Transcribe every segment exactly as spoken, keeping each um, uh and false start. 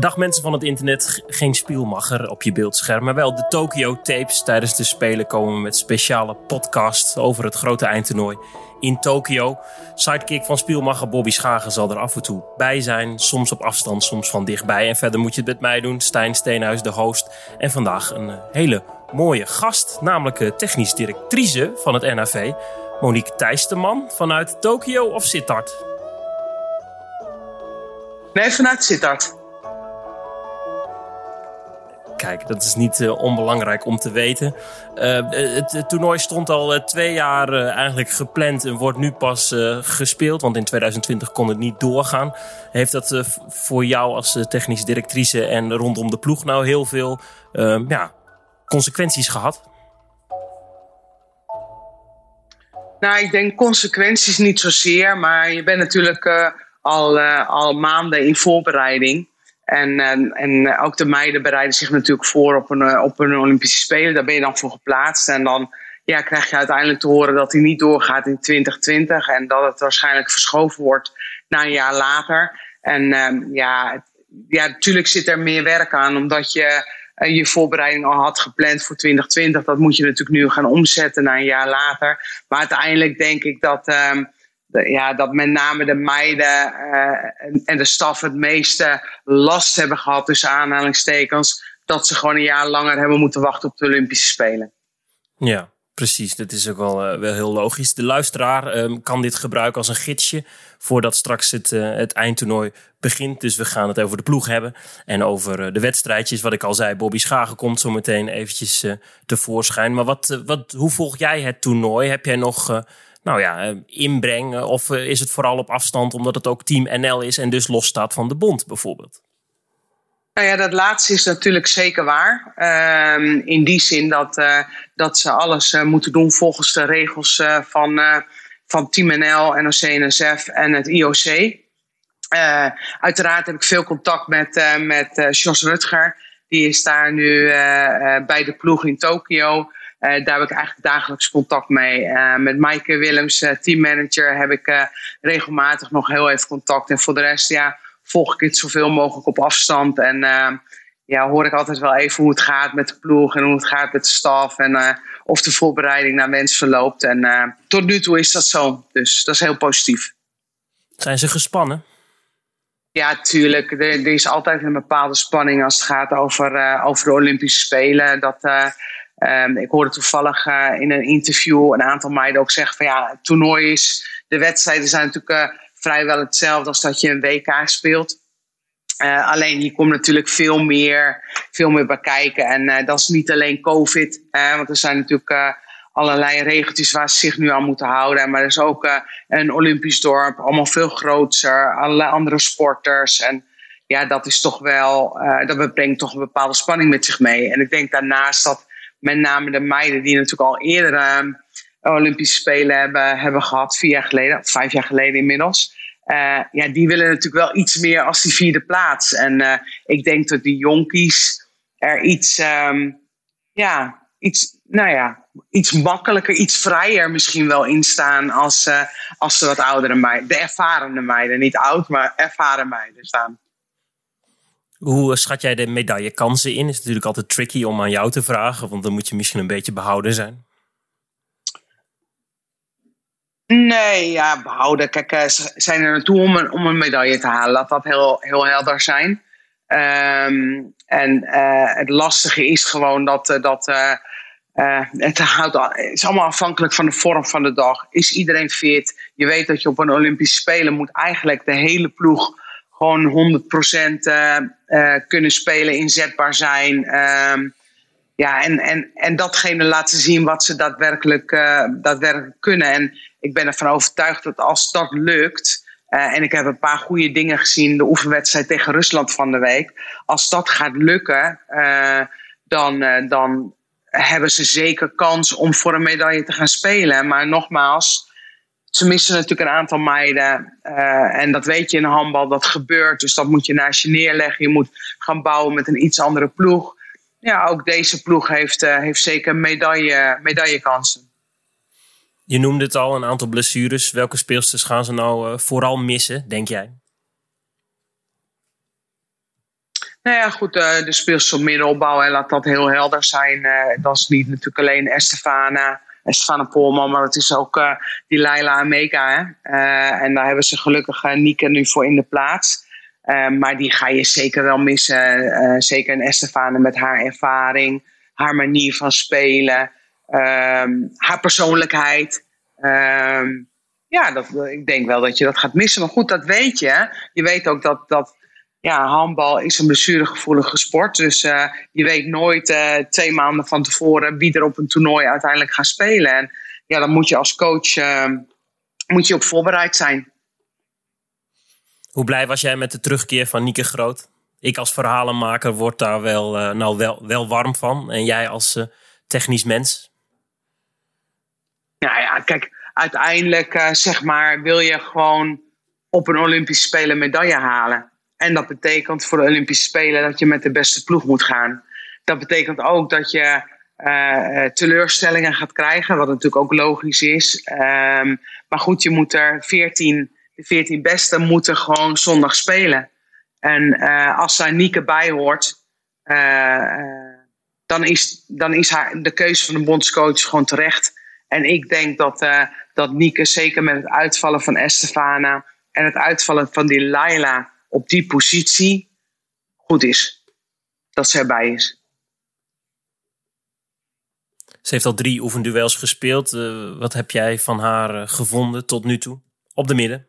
Dag mensen van het internet, geen Spielmacher op je beeldscherm, maar wel de Tokyo Tapes. Tijdens de Spelen komen we met speciale podcasts over het grote eindtoernooi in Tokyo. Sidekick van Spielmacher Bobby Schagen zal er af en toe bij zijn. Soms op afstand, soms van dichtbij. En verder moet je het met mij doen, Stijn Steenhuis, de host. En vandaag een hele mooie gast, namelijk technisch directrice van het N H V, Monique Thijsterman, vanuit Tokyo of Sittard? Nee, vanuit Sittard. Kijk, dat is niet uh, onbelangrijk om te weten. Uh, het, het toernooi stond al uh, twee jaar uh, eigenlijk gepland en wordt nu pas uh, gespeeld. Want in twintig twintig kon het niet doorgaan. Heeft dat uh, voor jou als uh, technisch directrice en rondom de ploeg nou heel veel uh, ja, consequenties gehad? Nou, ik denk consequenties niet zozeer. Maar je bent natuurlijk uh, al, uh, al maanden in voorbereiding. En, en, en ook de meiden bereiden zich natuurlijk voor op een, op een Olympische Spelen. Daar ben je dan voor geplaatst. En dan ja, krijg je uiteindelijk te horen dat hij niet doorgaat in twintig twintig. En dat het waarschijnlijk verschoven wordt naar een jaar later. En um, ja, ja, natuurlijk zit er meer werk aan. Omdat je uh, je voorbereiding al had gepland voor twintig twintig. Dat moet je natuurlijk nu gaan omzetten naar een jaar later. Maar uiteindelijk denk ik dat... Um, De, ja, dat met name de meiden uh, en, en de staf het meeste last hebben gehad, tussen aanhalingstekens, dat ze gewoon een jaar langer hebben moeten wachten op de Olympische Spelen. Ja, precies. Dat is ook wel, uh, wel heel logisch. De luisteraar um, kan dit gebruiken als een gidsje voordat straks het, uh, het eindtoernooi begint. Dus we gaan het over de ploeg hebben en over uh, de wedstrijdjes. Wat ik al zei, Bobby Schagen komt zo meteen eventjes uh, tevoorschijn. Maar wat, uh, wat, hoe volg jij het toernooi? Heb jij nog... Uh, Nou ja, inbreng of is het vooral op afstand omdat het ook Team N L is en dus los staat van de bond bijvoorbeeld? Nou ja, dat laatste is natuurlijk zeker waar. Uh, in die zin dat, uh, dat ze alles uh, moeten doen volgens de regels uh, van, uh, van Team N L, N O C N S F en het I O C. Uh, uiteraard heb ik veel contact met, uh, met uh, Jos Rutger. Die is daar nu uh, uh, bij de ploeg in Tokio. Uh, daar heb ik eigenlijk dagelijks contact mee. Uh, met Maaike Willems, uh, teammanager, heb ik uh, regelmatig nog heel even contact. En voor de rest ja, volg ik het zoveel mogelijk op afstand. En uh, ja, hoor ik altijd wel even hoe het gaat met de ploeg en hoe het gaat met de staf. En uh, of de voorbereiding naar wens verloopt. En uh, tot nu toe is dat zo. Dus dat is heel positief. Zijn ze gespannen? Ja, tuurlijk. Er, er is altijd een bepaalde spanning als het gaat over, uh, over de Olympische Spelen. Dat... Uh, Um, ik hoorde toevallig uh, in een interview een aantal meiden ook zeggen van ja, het toernooi is, de wedstrijden zijn natuurlijk uh, vrijwel hetzelfde als dat je een W K speelt. Uh, alleen hier komt natuurlijk veel meer, veel meer bij kijken. En uh, dat is niet alleen COVID, uh, want er zijn natuurlijk uh, allerlei regeltjes waar ze zich nu aan moeten houden. Maar er is ook uh, een Olympisch dorp, allemaal veel groter, allerlei andere sporters. En ja, dat is toch wel, uh, dat brengt toch een bepaalde spanning met zich mee. En ik denk daarnaast dat met name de meiden die natuurlijk al eerder uh, Olympische Spelen hebben, hebben gehad, vier jaar geleden, of vijf jaar geleden inmiddels. Uh, ja, die willen natuurlijk wel iets meer als die vierde plaats. En uh, ik denk dat die jonkies er iets, um, ja, iets, nou ja, iets makkelijker, iets vrijer misschien wel in staan als, uh, als de wat oudere meiden. De ervarende meiden, niet oud, maar ervaren meiden staan. Hoe schat jij de medaillekansen in? Is natuurlijk altijd tricky om aan jou te vragen, want dan moet je misschien een beetje behouden zijn. Nee, ja, behouden. Kijk, uh, ze zijn er naartoe om een, om een medaille te halen. Laat dat heel, heel helder zijn. Um, en uh, het lastige is gewoon dat, uh, dat uh, uh, het, houdt, het is allemaal afhankelijk van de vorm van de dag. Is iedereen fit? Je weet dat je op een Olympische Spelen moet eigenlijk de hele ploeg gewoon honderd procent uh, uh, kunnen spelen, inzetbaar zijn. Um, ja, en, en, en datgene laten zien wat ze daadwerkelijk, uh, daadwerkelijk kunnen. En ik ben ervan overtuigd dat als dat lukt, uh, en ik heb een paar goede dingen gezien, de oefenwedstrijd tegen Rusland van de week. Als dat gaat lukken, uh, dan, uh, dan hebben ze zeker kans om voor een medaille te gaan spelen. Maar nogmaals, ze missen natuurlijk een aantal meiden. Uh, en dat weet je in handbal, dat gebeurt. Dus dat moet je naast je neerleggen. Je moet gaan bouwen met een iets andere ploeg. Ja, ook deze ploeg heeft, uh, heeft zeker medaille, medaillekansen. Je noemde het al, een aantal blessures. Welke speelsters gaan ze nou uh, vooral missen, denk jij? Nou ja, goed, uh, de speelster op middenopbouw, en laat dat heel helder zijn. Uh, dat is niet natuurlijk alleen Estefana, Estefana Polman, maar het is ook uh, die Laila Amega. Hè? Uh, en daar hebben ze gelukkig uh, Nieke nu voor in de plaats. Uh, maar die ga je zeker wel missen. Uh, zeker een Estefana met haar ervaring, haar manier van spelen, uh, haar persoonlijkheid. Uh, ja, dat, ik denk wel dat je dat gaat missen. Maar goed, dat weet je. Hè? Je weet ook dat... dat Ja, handbal is een blessuregevoelige sport. Dus uh, je weet nooit uh, twee maanden van tevoren wie er op een toernooi uiteindelijk gaat spelen. En ja, dan moet je als coach uh, moet je op voorbereid zijn. Hoe blij was jij met de terugkeer van Nieke Groot? Ik als verhalenmaker word daar wel, uh, nou wel, wel warm van. En jij als uh, technisch mens? Nou ja, kijk, uiteindelijk uh, zeg maar wil je gewoon op een Olympische Spelen medaille halen. En dat betekent voor de Olympische Spelen dat je met de beste ploeg moet gaan. Dat betekent ook dat je uh, teleurstellingen gaat krijgen, wat natuurlijk ook logisch is. Um, maar goed, je moet er veertien, de veertien beste moeten gewoon zondag spelen. En uh, als daar Nieke bij hoort, uh, uh, dan is, dan is haar, de keuze van de bondscoach gewoon terecht. En ik denk dat, uh, dat Nieke, zeker met het uitvallen van Estefana en het uitvallen van die Laila op die positie goed is. Dat ze erbij is. Ze heeft al drie oefenduels gespeeld. Uh, wat heb jij van haar uh, gevonden tot nu toe? Op de midden?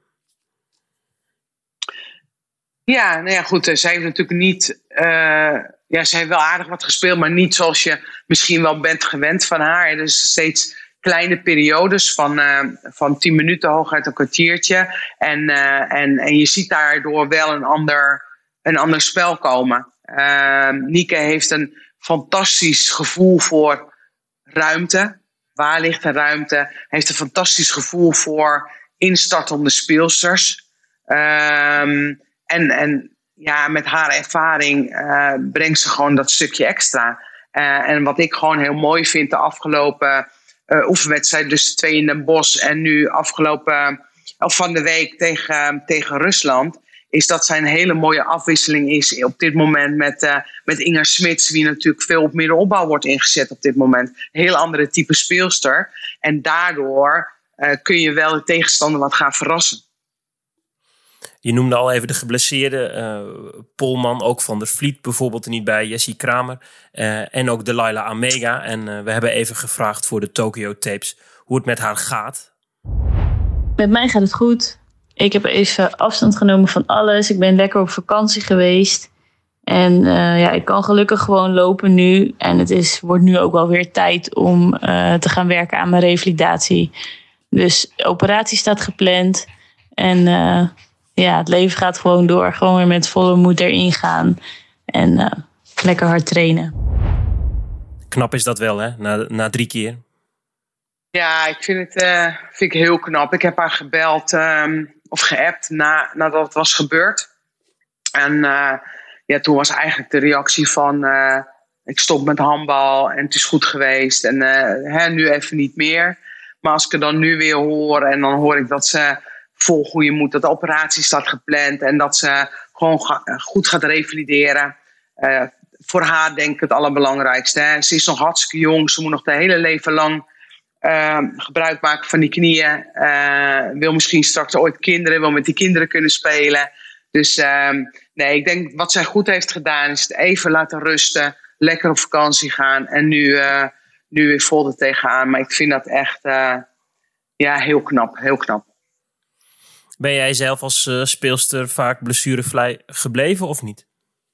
Ja, nou ja, goed. Zij heeft natuurlijk niet... Uh, ja, ze heeft wel aardig wat gespeeld, maar niet zoals je misschien wel bent gewend van haar. Er is steeds kleine periodes van, uh, van tien minuten, hooguit een kwartiertje. En, uh, en, en je ziet daardoor wel een ander, een ander spel komen. Uh, Nieke heeft een fantastisch gevoel voor ruimte. Waar ligt de ruimte? Heeft een fantastisch gevoel voor instartende speelsters. Uh, en, en ja, met haar ervaring uh, brengt ze gewoon dat stukje extra. Uh, en wat ik gewoon heel mooi vind de afgelopen Uh, oefenwedstrijd, dus de twee in Den Bosch en nu afgelopen, of van de week tegen, tegen Rusland, is dat zij een hele mooie afwisseling is op dit moment met, uh, met Inger Smits, wie natuurlijk veel op middenopbouw wordt ingezet op dit moment. Een heel andere type speelster. En daardoor uh, kun je wel de tegenstander wat gaan verrassen. Je noemde al even de geblesseerde uh, Polman, ook Van der Vliet bijvoorbeeld er niet bij, Jessie Kramer uh, en ook de Laila Amega. En uh, we hebben even gevraagd voor de Tokyo Tapes hoe het met haar gaat. Met mij gaat het goed. Ik heb even afstand genomen van alles. Ik ben lekker op vakantie geweest. En uh, ja, ik kan gelukkig gewoon lopen nu. En het is, wordt nu ook wel weer tijd om uh, te gaan werken aan mijn revalidatie. Dus de operatie staat gepland. En uh, ja, het leven gaat gewoon door. Gewoon weer met volle moed erin gaan. En uh, lekker hard trainen. Knap is dat wel, hè? Na, na drie keer. Ja, ik vind het uh, vind ik heel knap. Ik heb haar gebeld um, of geappt na, nadat het was gebeurd. En uh, ja, toen was eigenlijk de reactie van... Uh, ik stop met handbal en het is goed geweest. En uh, hè, nu even niet meer. Maar als ik er dan nu weer hoor en dan hoor ik dat ze vol goede moed... dat de operatie staat gepland en dat ze gewoon ga, goed gaat revalideren. Uh, voor haar denk ik het allerbelangrijkste. Hè. Ze is nog hartstikke jong. Ze moet nog de hele leven lang uh, gebruik maken van die knieën. Uh, wil misschien straks ooit kinderen. Wil met die kinderen kunnen spelen. Dus uh, nee, ik denk wat zij goed heeft gedaan is het even laten rusten. Lekker op vakantie gaan. En nu, uh, nu weer vol er tegenaan. Maar ik vind dat echt uh, ja, heel knap. Heel knap. Ben jij zelf als uh, speelster vaak blessurevrij gebleven of niet?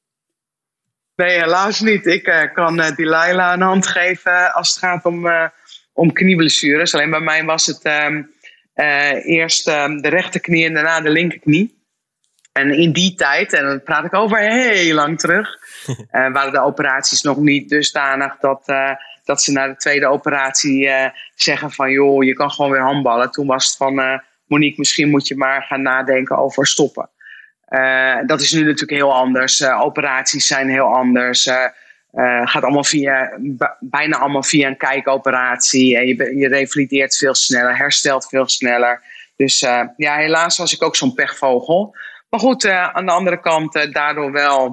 Nee, helaas niet. Ik uh, kan uh, die Laila een hand geven als het gaat om, uh, om knieblessures. Alleen bij mij was het uh, uh, eerst uh, de rechterknie en daarna de linkerknie. En in die tijd, en dan praat ik over heel lang terug, uh, waren de operaties nog niet dusdanig dat, uh, dat ze na de tweede operatie uh, zeggen van joh, je kan gewoon weer handballen. Toen was het van uh, Monique, misschien moet je maar gaan nadenken over stoppen. Uh, dat is nu natuurlijk heel anders. Uh, operaties zijn heel anders. Uh, uh, gaat allemaal via, b- bijna allemaal via een kijkoperatie. En je, je revalideert veel sneller, herstelt veel sneller. Dus uh, ja, helaas was ik ook zo'n pechvogel. Maar goed, uh, aan de andere kant uh, daardoor wel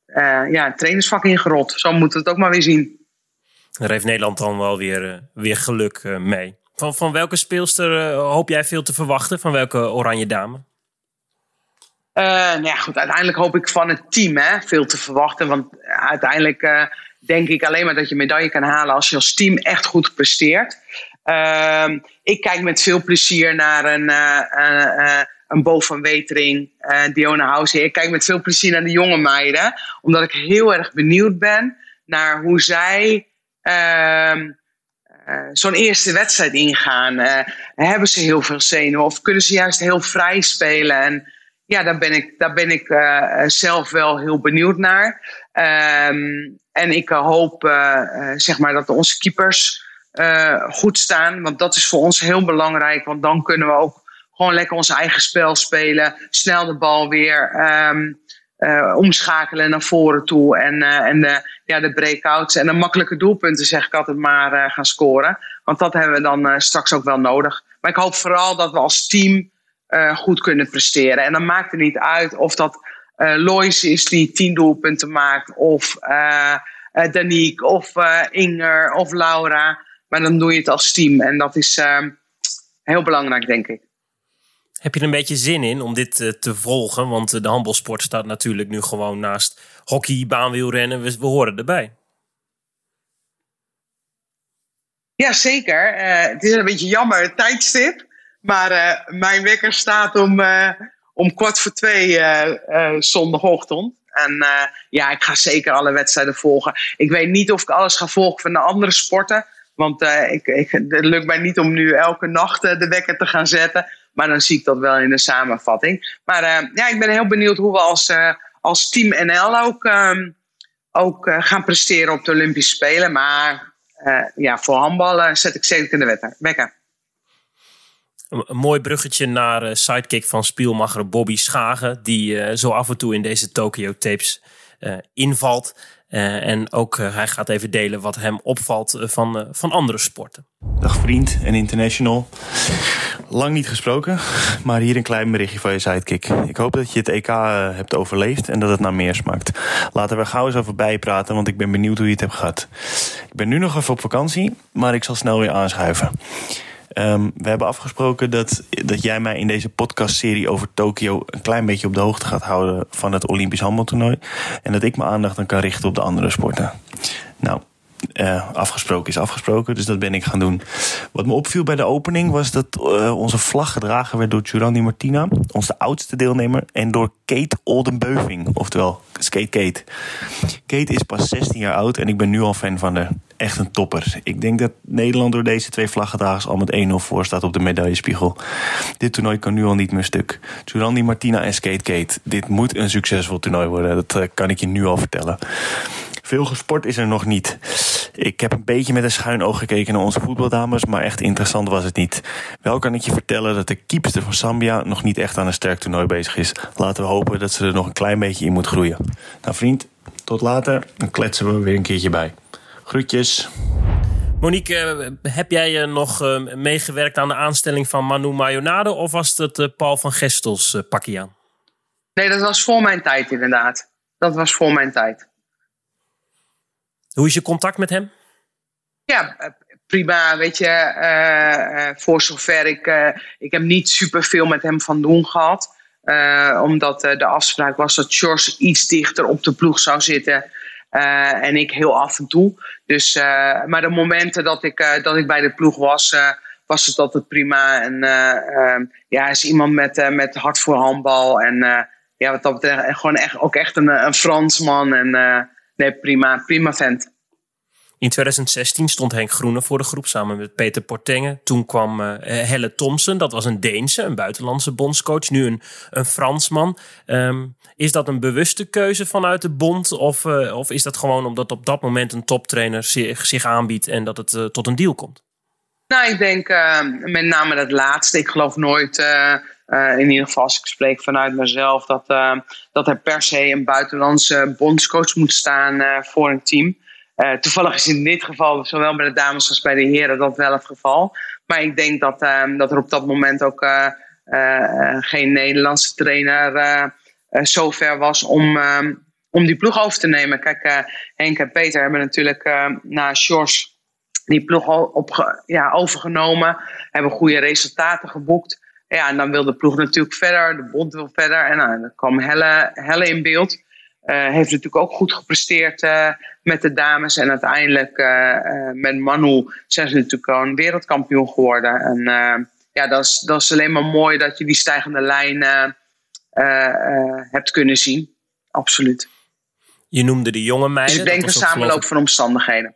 uh, ja, een trainersvak ingerold. Zo moeten we het ook maar weer zien. Daar heeft Nederland dan wel weer, uh, weer geluk uh, mee. Van, van welke speelster uh, hoop jij veel te verwachten? Van welke Oranje Dame? Uh, nou ja, goed, uiteindelijk hoop ik van het team hè, veel te verwachten. Want uiteindelijk uh, denk ik alleen maar dat je medaille kan halen als je als team echt goed presteert. Uh, ik kijk met veel plezier naar een, uh, uh, uh, een Bo van Wetering, uh, Diona Housen. Ik kijk met veel plezier naar de jonge meiden. Omdat ik heel erg benieuwd ben naar hoe zij uh, uh, zo'n eerste wedstrijd ingaan. Uh, hebben ze heel veel zenuwen of kunnen ze juist heel vrij spelen? En ja, daar ben ik, daar ben ik uh, zelf wel heel benieuwd naar. Um, en ik uh, hoop uh, uh, zeg maar dat onze keepers uh, goed staan. Want dat is voor ons heel belangrijk. Want dan kunnen we ook gewoon lekker ons eigen spel spelen. Snel de bal weer um, uh, omschakelen naar voren toe. En, uh, en de, ja, de breakouts en de makkelijke doelpunten, zeg ik altijd maar, uh, gaan scoren. Want dat hebben we dan uh, straks ook wel nodig. Maar ik hoop vooral dat we als team Uh, goed kunnen presteren. En dan maakt het niet uit of dat uh, Lois is die tien doelpunten maakt, of uh, uh, Danique, of uh, Inger, of Laura. Maar dan doe je het als team. En dat is uh, heel belangrijk, denk ik. Heb je er een beetje zin in om dit uh, te volgen? Want uh, de handbalsport staat natuurlijk nu gewoon naast hockey, baanwielrennen. We, we horen erbij. Ja, zeker. Uh, het is een beetje jammer, het tijdstip. Maar uh, mijn wekker staat om, uh, om kwart voor twee uh, uh, zondagochtend. En uh, ja, ik ga zeker alle wedstrijden volgen. Ik weet niet of ik alles ga volgen van de andere sporten. Want uh, ik, ik, het lukt mij niet om nu elke nacht uh, de wekker te gaan zetten. Maar dan zie ik dat wel in de samenvatting. Maar uh, ja, ik ben heel benieuwd hoe we als, uh, als Team N L ook, um, ook uh, gaan presteren op de Olympische Spelen. Maar uh, ja, voor handbal uh, zet ik zeker de wekker. Een mooi bruggetje naar uh, sidekick van Spielmacher Bobby Schagen. Die uh, zo af en toe in deze Tokyo Tapes uh, invalt. Uh, en ook uh, hij gaat even delen wat hem opvalt uh, van, uh, van andere sporten. Dag vriend en international. Lang niet gesproken, maar hier een klein berichtje van je sidekick. Ik hoop dat je het E K uh, hebt overleefd en dat het naar meer smaakt. Laten we gauw eens over bijpraten, want ik ben benieuwd hoe je het hebt gehad. Ik ben nu nog even op vakantie, maar ik zal snel weer aanschuiven. Um, we hebben afgesproken dat, dat jij mij in deze podcastserie over Tokio een klein beetje op de hoogte gaat houden van het Olympisch handbaltoernooi. En dat ik mijn aandacht dan kan richten op de andere sporten. Nou, uh, afgesproken is afgesproken, dus dat ben ik gaan doen. Wat me opviel bij de opening was dat uh, onze vlag gedragen werd door Jurandi Martina, onze oudste deelnemer, en door Kate Oldenbeuving, oftewel Skate Kate. Kate is pas zestien jaar oud en ik ben nu al fan van haar. Echt een topper. Ik denk dat Nederland door deze twee vlaggedragers al met één nul voor staat op de medaillespiegel. Dit toernooi kan nu al niet meer stuk. Jurandi Martina en Skate Kate. Dit moet een succesvol toernooi worden. Dat uh, kan ik je nu al vertellen. Veel gesport is er nog niet. Ik heb een beetje met een schuin oog gekeken naar onze voetbaldames, maar echt interessant was het niet. Wel kan ik je vertellen dat de keepster van Zambia nog niet echt aan een sterk toernooi bezig is. Laten we hopen dat ze er nog een klein beetje in moet groeien. Nou vriend, tot later. Dan kletsen we weer een keertje bij. Groetjes. Monique, heb jij nog meegewerkt aan de aanstelling van Manu Mayonade of was het Paul van Gestels pakje aan? Nee, dat was voor mijn tijd inderdaad. Dat was voor mijn tijd. Hoe is je contact met hem? Ja, prima. Weet je, uh, uh, voor zover ik... Uh, ik heb niet superveel met hem van doen gehad. Uh, omdat uh, de afspraak was dat George iets dichter op de ploeg zou zitten. Uh, en ik heel af en toe. Dus, uh, maar de momenten dat ik, uh, dat ik bij de ploeg was, uh, was het altijd prima. En uh, uh, ja, hij is iemand met, uh, met hart voor handbal. En uh, ja, wat dat betreft gewoon echt, ook echt een, een Fransman. En uh, nee, prima, prima vent. In twintig zestien stond Henk Groene voor de groep samen met Peter Portenge. Toen kwam uh, Helle Thomsen, dat was een Deense, een buitenlandse bondscoach. Nu een, een Fransman. Um, is dat een bewuste keuze vanuit de bond? Of, uh, of is dat gewoon omdat op dat moment een toptrainer zich, zich aanbiedt en dat het uh, tot een deal komt? Nou, ik denk uh, met name dat laatste. Ik geloof nooit, uh, uh, in ieder geval als ik spreek vanuit mezelf, dat, uh, dat er per se een buitenlandse bondscoach moet staan uh, voor een team. Uh, toevallig is in dit geval, zowel bij de dames als bij de heren, dat wel het geval. Maar ik denk dat, uh, dat er op dat moment ook uh, uh, geen Nederlandse trainer uh, uh, zo ver was om, uh, om die ploeg over te nemen. Kijk, uh, Henk en Peter hebben natuurlijk uh, na Sjors die ploeg op, ja, overgenomen. Hebben goede resultaten geboekt. Ja, en dan wil de ploeg natuurlijk verder. De bond wil verder. En uh, dan kwam Helle, Helle in beeld. Uh, heeft natuurlijk ook goed gepresteerd uh, met de dames. En uiteindelijk uh, uh, met Manu zijn ze natuurlijk gewoon wereldkampioen geworden. En uh, ja, dat is, dat is alleen maar mooi dat je die stijgende lijn uh, uh, uh, hebt kunnen zien. Absoluut. Je noemde de jonge meiden. Dus ik denk een samenloop van omstandigheden.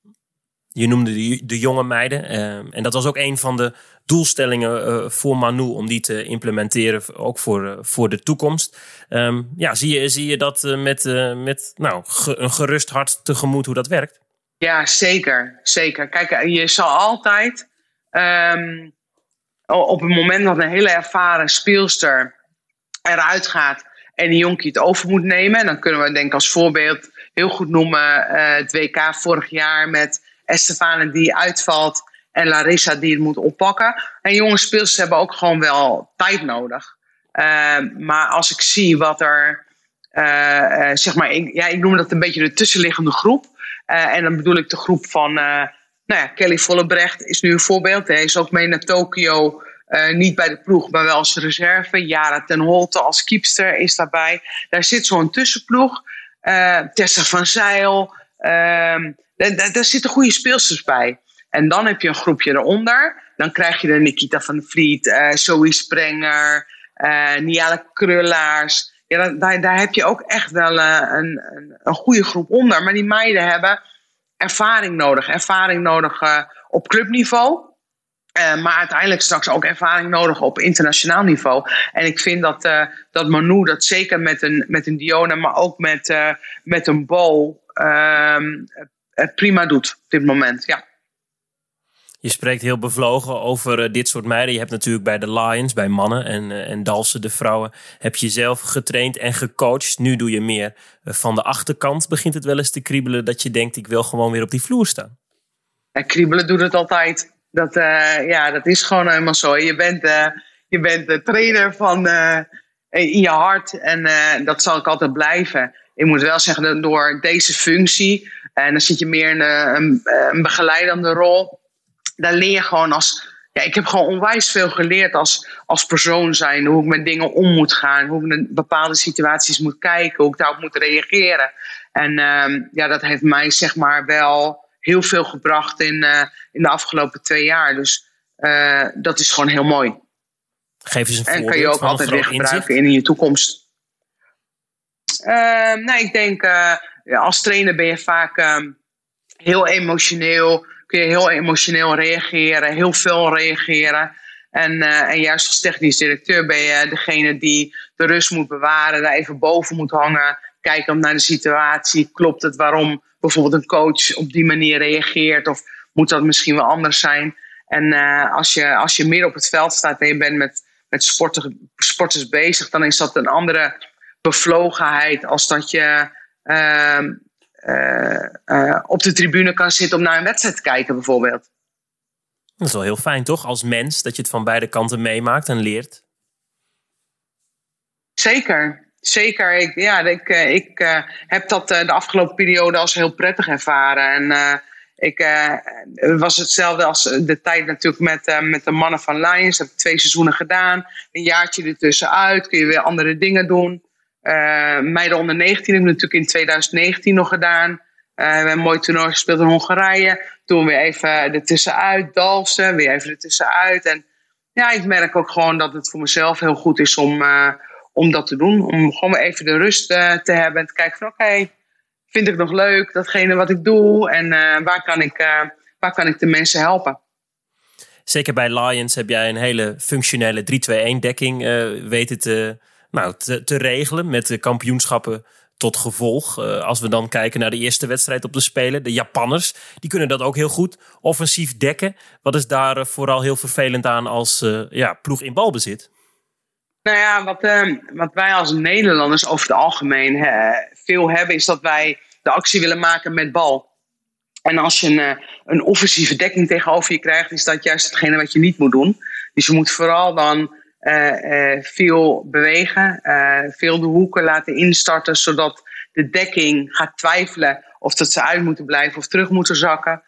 Je noemde de, de jonge meiden. Uh, en dat was ook een van de doelstellingen uh, voor Manu. Om die te implementeren, ook voor, uh, voor de toekomst. Um, ja, zie je, zie je dat uh, met, uh, met nou, ge, een gerust hart tegemoet hoe dat werkt? Ja, zeker. zeker. Kijk, je zal altijd... Um, op het moment dat een hele ervaren speelster eruit gaat... en die jonkie het over moet nemen... dan kunnen we denk ik als voorbeeld heel goed noemen... Uh, het W K vorig jaar met... Estefane die uitvalt en Larissa die het moet oppakken. En jonge speelsters hebben ook gewoon wel tijd nodig. Uh, maar als ik zie wat er, uh, uh, zeg maar, ik, ja, ik noem dat een beetje de tussenliggende groep. Uh, en dan bedoel ik de groep van, uh, nou ja, Kelly Vollebrecht is nu een voorbeeld. Hij is ook mee naar Tokio, uh, niet bij de ploeg, maar wel als reserve. Jara ten Holte als keepster is daarbij. Daar zit zo'n tussenploeg. Uh, Tessa van Zijl. Uh, Daar, daar zitten goede speelsters bij. En dan heb je een groepje eronder. Dan krijg je de Nikita van Vliet, uh, Zoe Sprenger, uh, Niale Krullaars. Ja, daar, daar heb je ook echt wel uh, een, een, een goede groep onder. Maar die meiden hebben ervaring nodig. Ervaring nodig uh, op clubniveau. Uh, maar uiteindelijk straks ook ervaring nodig op internationaal niveau. En ik vind dat, uh, dat Manu dat zeker met een, met een Diona, maar ook met, uh, met een Bo... Uh, prima doet op dit moment, ja. Je spreekt heel bevlogen over uh, dit soort meiden. Je hebt natuurlijk bij de Lions, bij mannen en, uh, en Dalsen, de vrouwen... heb je zelf getraind en gecoacht. Nu doe je meer uh, van de achterkant. Begint het wel eens te kriebelen dat je denkt... ik wil gewoon weer op die vloer staan? En kriebelen doet het altijd. Dat, uh, ja, dat is gewoon helemaal zo. Je bent, uh, je bent de trainer van, uh, in je hart. En uh, dat zal ik altijd blijven. Ik moet wel zeggen, door deze functie... en dan zit je meer in een, een begeleidende rol. Daar leer je gewoon als... Ja, ik heb gewoon onwijs veel geleerd als, als persoon zijn. Hoe ik met dingen om moet gaan. Hoe ik naar bepaalde situaties moet kijken. Hoe ik daarop moet reageren. En um, ja, dat heeft mij zeg maar wel heel veel gebracht in, uh, in de afgelopen twee jaar. Dus uh, dat is gewoon heel mooi. Geef eens een voorbeeld. En kan je ook altijd weer gebruiken in je toekomst. Uh, nou, ik denk... Uh, Ja, als trainer ben je vaak um, heel emotioneel. Kun je heel emotioneel reageren. Heel veel reageren. En, uh, en juist als technisch directeur ben je degene die de rust moet bewaren. Daar even boven moet hangen. Kijken naar de situatie. Klopt het waarom bijvoorbeeld een coach op die manier reageert? Of moet dat misschien wel anders zijn? En uh, als, je, als je meer op het veld staat en je bent met, met sporters, sporters bezig... dan is dat een andere bevlogenheid als dat je... Uh, uh, uh, op de tribune kan zitten om naar een wedstrijd te kijken bijvoorbeeld. Dat is wel heel fijn toch, als mens, dat je het van beide kanten meemaakt en leert? Zeker, zeker. Ik, ja, ik, ik uh, heb dat uh, de afgelopen periode als heel prettig ervaren. En uh, ik uh, was hetzelfde als de tijd natuurlijk met, uh, met de mannen van Lions. Heb ik twee seizoenen gedaan. Een jaartje ertussenuit, kun je weer andere dingen doen. Uh, meiden onder negentien heb ik natuurlijk in twintig negentien nog gedaan. Uh, we hebben een mooi toernooi gespeeld in Hongarije. Toen weer even ertussenuit, Dalsen, weer even ertussenuit. En ja, ik merk ook gewoon dat het voor mezelf heel goed is om, uh, om dat te doen. Om gewoon weer even de rust uh, te hebben en te kijken van oké, okay, vind ik nog leuk datgene wat ik doe? En uh, waar, kan ik, uh, waar kan ik de mensen helpen? Zeker bij Lions heb jij een hele functionele drie twee een dekking uh, weten te... Nou, te, te regelen met de kampioenschappen tot gevolg. Uh, als we dan kijken naar de eerste wedstrijd op de Spelen. De Japanners, die kunnen dat ook heel goed offensief dekken. Wat is daar uh, vooral heel vervelend aan als uh, ja, ploeg in balbezit? Nou ja, wat, uh, wat wij als Nederlanders over het algemeen uh, veel hebben... is dat wij de actie willen maken met bal. En als je een, uh, een offensieve dekking tegenover je krijgt... is dat juist hetgene wat je niet moet doen. Dus je moet vooral dan... Uh, uh, veel bewegen, uh, veel de hoeken laten instarten, zodat de dekking gaat twijfelen of dat ze uit moeten blijven of terug moeten zakken.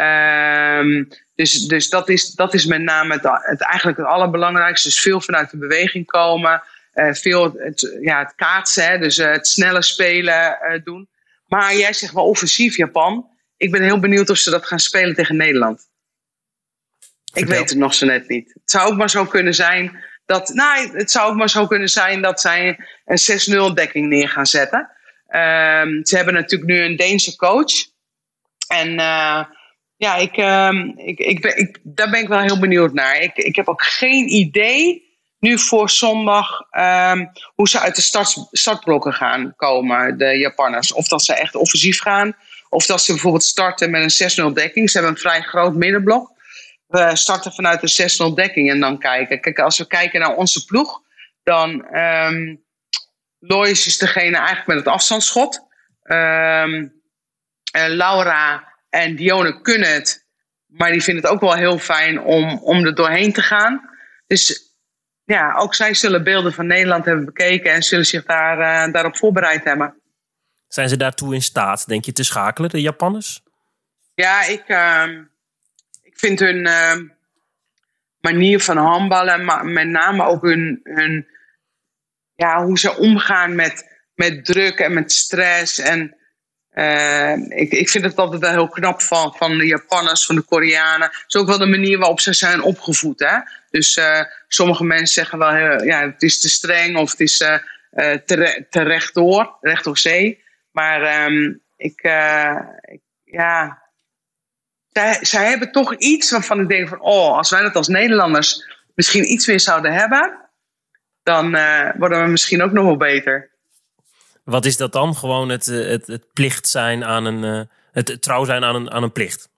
Um, dus dus dat, is, dat is met name het, het, eigenlijk het allerbelangrijkste. Dus veel vanuit de beweging komen. Uh, veel het, ja, het kaatsen, hè, dus uh, het snelle spelen uh, doen. Maar jij zegt wel offensief Japan. Ik ben heel benieuwd of ze dat gaan spelen tegen Nederland. Vertel. Ik weet het nog zo net niet. Het zou ook maar zo kunnen zijn dat, nou, het zou ook maar zo kunnen zijn dat zij een zes nul dekking neer gaan zetten. Um, ze hebben natuurlijk nu een Deense coach. En uh, ja, ik, um, ik, ik ben, ik, daar ben ik wel heel benieuwd naar. Ik, ik heb ook geen idee nu voor zondag um, hoe ze uit de start, startblokken gaan komen, de Japanners. Of dat ze echt offensief gaan. Of dat ze bijvoorbeeld starten met een zes nul dekking. Ze hebben een vrij groot middenblok. We starten vanuit een zes nul dekking en dan kijken. Kijk, als we kijken naar onze ploeg, dan um, Lois is degene eigenlijk met het afstandsschot. Um, uh, Laura en Dione kunnen het, maar die vinden het ook wel heel fijn om, om er doorheen te gaan. Dus ja, ook zij zullen beelden van Nederland hebben bekeken en zullen zich daar, uh, daarop voorbereid hebben. Zijn ze daartoe in staat, denk je, te schakelen, de Japanners? Ja, ik, uh, ik vind hun uh, manier van handballen, maar met name ook hun, hun ja, hoe ze omgaan met, met druk en met stress. En uh, ik, ik vind het altijd wel heel knap van, van de Japanners, van de Koreanen. Het is ook wel de manier waarop ze zijn opgevoed. Hè? Dus uh, sommige mensen zeggen wel, uh, ja, het is te streng of het is uh, uh, te, te rechtdoor, recht door zee. Maar um, ik, uh, ik, ja, zij, zij hebben toch iets waarvan ik denk van, oh, als wij dat als Nederlanders misschien iets meer zouden hebben, dan uh, worden we misschien ook nog wel beter. Wat is dat dan? Gewoon het, het, het plicht zijn aan een, uh, het, het trouw zijn aan een, aan een plicht?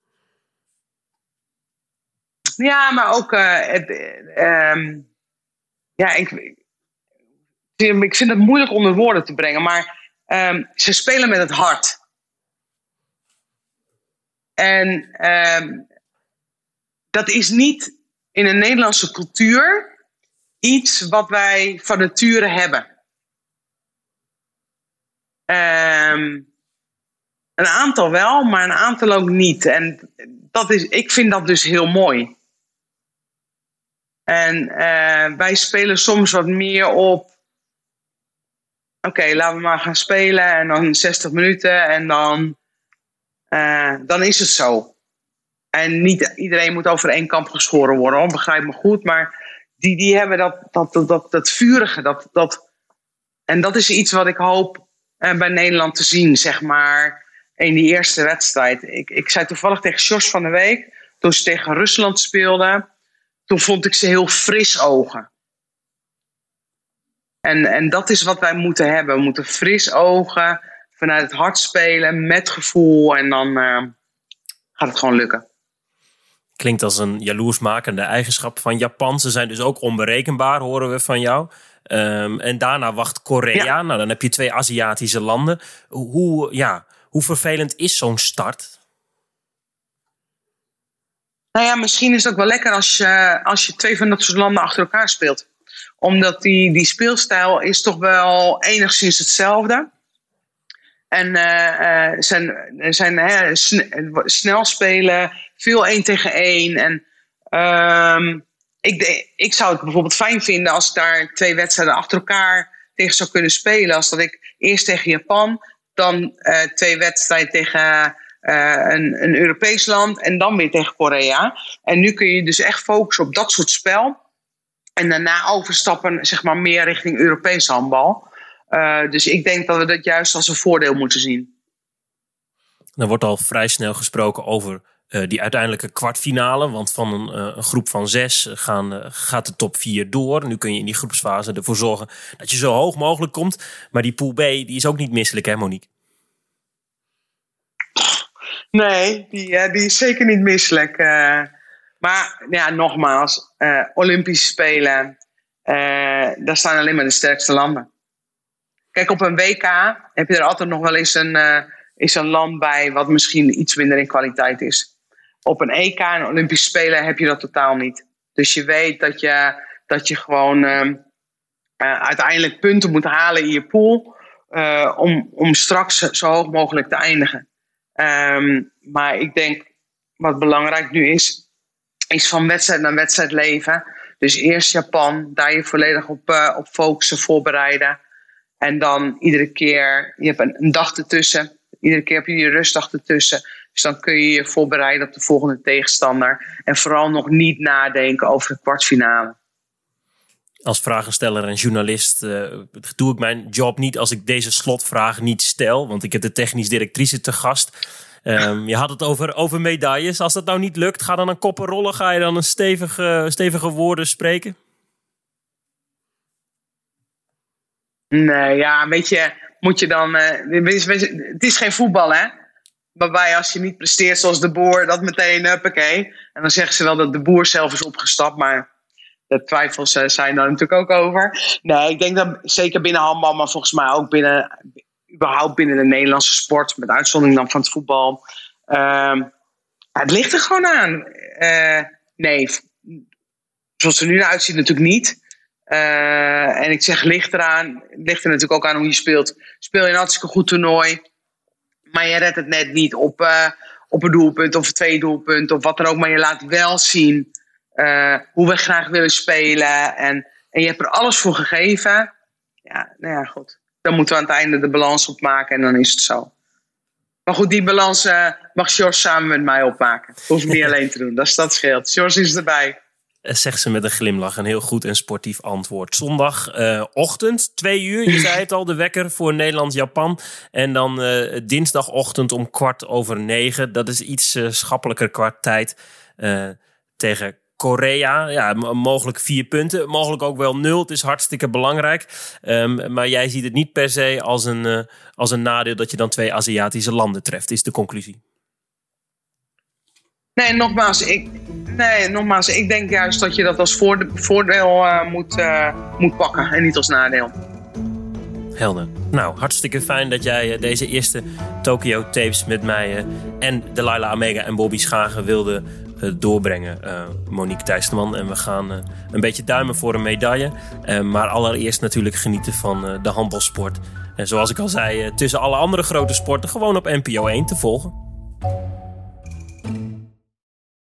Ja, maar ook, uh, het, um, ja, ik, ik vind het moeilijk onder woorden te brengen, maar Um, ze spelen met het hart. En um, dat is niet in een Nederlandse cultuur iets wat wij van nature hebben. Um, een aantal wel, maar een aantal ook niet. En dat is, ik vind dat dus heel mooi. En uh, wij spelen soms wat meer op. Oké, okay, laten we maar gaan spelen en dan zestig minuten en dan, uh, dan is het zo. En niet iedereen moet over één kamp geschoren worden, hoor. Begrijp me goed. Maar die, die hebben dat, dat, dat, dat, dat vurige. Dat, dat, en dat is iets wat ik hoop uh, bij Nederland te zien, zeg maar, in die eerste wedstrijd. Ik, ik zei toevallig tegen Jos van de week, toen ze tegen Rusland speelden, toen vond ik ze heel fris ogen. En, en dat is wat wij moeten hebben. We moeten fris ogen, vanuit het hart spelen, met gevoel. En dan uh, gaat het gewoon lukken. Klinkt als een jaloersmakende eigenschap van Japan. Ze zijn dus ook onberekenbaar, horen we van jou. Um, en daarna wacht Korea. Ja. Nou, dan heb je twee Aziatische landen. Hoe, ja, hoe vervelend is zo'n start? Nou ja, misschien is het ook wel lekker als je, als je twee van dat soort landen achter elkaar speelt. Omdat die, die speelstijl is toch wel enigszins hetzelfde. En uh, uh, zijn, zijn hè, sn- snel spelen, veel één tegen één. En uh, ik, ik zou het bijvoorbeeld fijn vinden als ik daar twee wedstrijden achter elkaar tegen zou kunnen spelen. Als dat ik eerst tegen Japan, dan uh, twee wedstrijden tegen uh, een, een Europees land en dan weer tegen Korea. En nu kun je dus echt focussen op dat soort spel. En daarna overstappen, zeg maar, meer richting Europees handbal. Uh, dus ik denk dat we dat juist als een voordeel moeten zien. Er wordt al vrij snel gesproken over uh, die uiteindelijke kwartfinale. Want van een, uh, een groep van zes gaan, uh, gaat de top vier door. Nu kun je in die groepsfase ervoor zorgen dat je zo hoog mogelijk komt. Maar die pool B die is ook niet misselijk, hè Monique? Nee, die, uh, die is zeker niet misselijk. Uh, maar ja, nogmaals, uh, Olympische Spelen, uh, daar staan alleen maar de sterkste landen. Kijk, op een W K heb je er altijd nog wel eens een, uh, is een land bij wat misschien iets minder in kwaliteit is. Op een E K en Olympische Spelen heb je dat totaal niet. Dus je weet dat je, dat je gewoon uh, uh, uiteindelijk punten moet halen in je pool. uh, om, om straks zo hoog mogelijk te eindigen. Um, maar ik denk, wat belangrijk nu is, is van wedstrijd naar wedstrijd leven. Dus eerst Japan, daar je volledig op, uh, op focussen, voorbereiden. En dan iedere keer, je hebt een, een dag ertussen. Iedere keer heb je je rustdag ertussen. Dus dan kun je je voorbereiden op de volgende tegenstander. En vooral nog niet nadenken over de kwartfinale. Als vragensteller en journalist uh, doe ik mijn job niet als ik deze slotvraag niet stel. Want ik heb de technisch directrice te gast. Um, je had het over, over medailles. Als dat nou niet lukt, ga dan een koppen rollen. Ga je dan een stevige, stevige woorden spreken? Nee, ja, weet je, moet je dan... Uh, het is geen voetbal, hè? Waarbij als je niet presteert zoals de Boer, dat meteen, huppakee. En dan zeggen ze wel dat de Boer zelf is opgestapt, maar de twijfels uh, zijn daar natuurlijk ook over. Nee, ik denk dat zeker binnen handbal, maar volgens mij ook binnen, überhaupt binnen de Nederlandse sport, met uitzondering dan van het voetbal. Uh, het ligt er gewoon aan. Uh, nee, zoals het er nu naar uitziet natuurlijk niet. Uh, en ik zeg ligt eraan, ligt er natuurlijk ook aan hoe je speelt. Speel je een hartstikke goed toernooi, maar je redt het net niet op, uh, op een doelpunt of twee doelpunten of wat dan ook. Maar je laat wel zien uh, hoe we graag willen spelen. En, en je hebt er alles voor gegeven. Ja, nou ja, goed. Dan moeten we aan het einde de balans opmaken en dan is het zo. Maar goed, die balans uh, mag George samen met mij opmaken. Hoef ik niet alleen te doen, dat is dat scheelt. George is erbij. Zegt ze met een glimlach, een heel goed en sportief antwoord. Zondagochtend, uh, twee uur, je zei het al, de wekker voor Nederland-Japan. En dan uh, dinsdagochtend om kwart over negen. Dat is iets uh, schappelijker qua tijd uh, tegen Korea. Ja, m- mogelijk vier punten, mogelijk ook wel nul. Het is hartstikke belangrijk. Um, maar jij ziet het niet per se als een, uh, als een nadeel dat je dan twee Aziatische landen treft, is de conclusie. Nee, nogmaals, ik, nee, nogmaals, ik denk juist dat je dat als voorde, voordeel uh, moet, uh, moet pakken en niet als nadeel. Helder. Nou, hartstikke fijn dat jij uh, deze eerste Tokyo Tapes met mij uh, en Delilah Amega en Bobby Schagen wilde uh, doorbrengen, uh, Monique Thijsterman. En we gaan uh, een beetje duimen voor een medaille. Uh, maar allereerst natuurlijk genieten van uh, de handbalsport. En zoals ik al zei, uh, tussen alle andere grote sporten gewoon op N P O één te volgen.